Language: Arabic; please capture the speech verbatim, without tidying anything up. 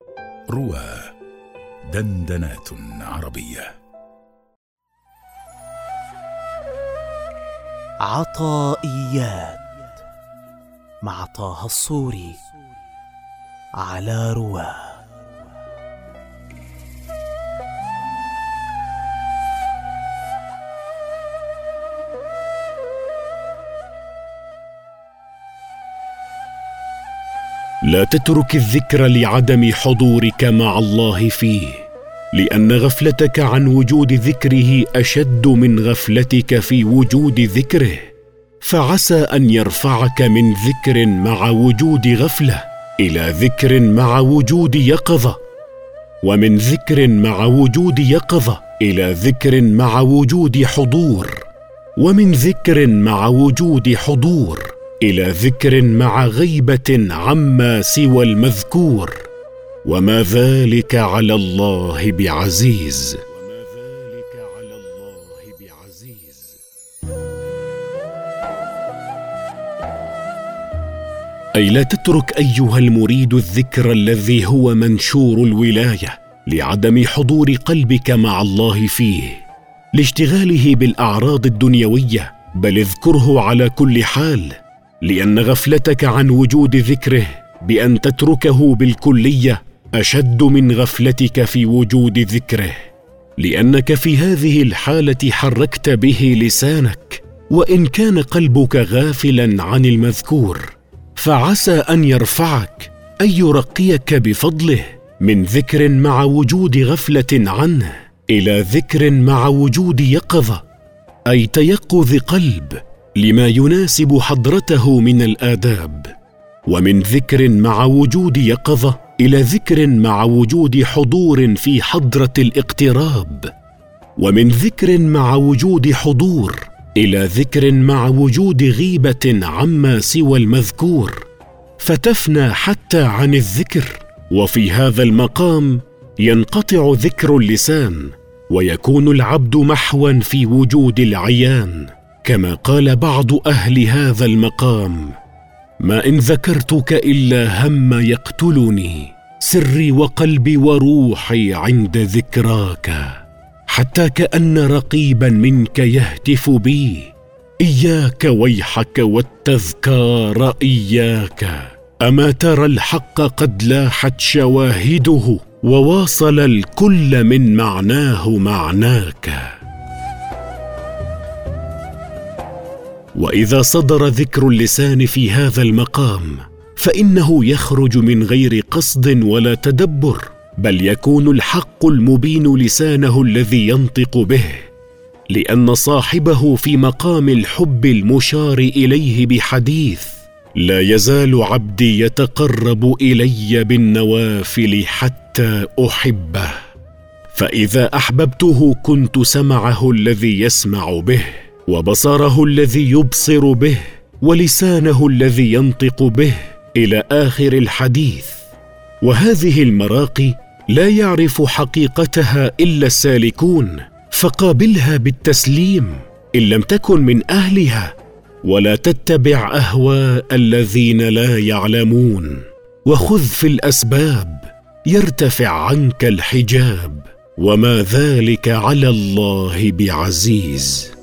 روى دندنات عربية. عطائيات مع طه الصوري على روى. لا تترك الذكر لعدم حضورك مع الله فيه، لأن غفلتك عن وجود ذكره أشد من غفلتك في وجود ذكره، فعسى أن يرفعك من ذكر مع وجود غفلة إلى ذكر مع وجود يقظة، ومن ذكر مع وجود يقظة إلى ذكر مع وجود حضور، ومن ذكر مع وجود حضور إلى ذكر مع غيبة عما سوى المذكور، وما ذلك على الله بعزيز. أي لا تترك أيها المريد الذكر الذي هو منشور الولاية لعدم حضور قلبك مع الله فيه، لاشتغاله بالأعراض الدنيوية، بل اذكره على كل حال، لأن غفلتك عن وجود ذكره بأن تتركه بالكلية أشد من غفلتك في وجود ذكره، لأنك في هذه الحالة حركت به لسانك وإن كان قلبك غافلا عن المذكور، فعسى أن يرفعك أن يرقيك بفضله من ذكر مع وجود غفلة عنه إلى ذكر مع وجود يقظة، أي تيقظ قلب لما يناسب حضرته من الآداب، ومن ذكر مع وجود يقظة إلى ذكر مع وجود حضور في حضرة الاقتراب، ومن ذكر مع وجود حضور إلى ذكر مع وجود غيبة عما سوى المذكور، فتفنى حتى عن الذكر. وفي هذا المقام ينقطع ذكر اللسان، ويكون العبد محوا في وجود العيان، كما قال بعض أهل هذا المقام: ما إن ذكرتك إلا هم يقتلني، سري وقلبي وروحي عند ذكراك، حتى كأن رقيبا منك يهتف بي، إياك ويحك والتذكار إياك، أما ترى الحق قد لاحت شواهده، وواصل الكل من معناه معناك. وإذا صدر ذكر اللسان في هذا المقام فإنه يخرج من غير قصد ولا تدبر، بل يكون الحق المبين لسانه الذي ينطق به، لأن صاحبه في مقام الحب المشار إليه بحديث: لا يزال عبدي يتقرب إلي بالنوافل حتى أحبه، فإذا أحببته كنت سمعه الذي يسمع به، وبصره الذي يبصر به، ولسانه الذي ينطق به، إلى آخر الحديث. وهذه المراقي لا يعرف حقيقتها إلا السالكون، فقابلها بالتسليم إن لم تكن من أهلها، ولا تتبع أهواء الذين لا يعلمون، وخذ في الأسباب يرتفع عنك الحجاب، وما ذلك على الله بعزيز.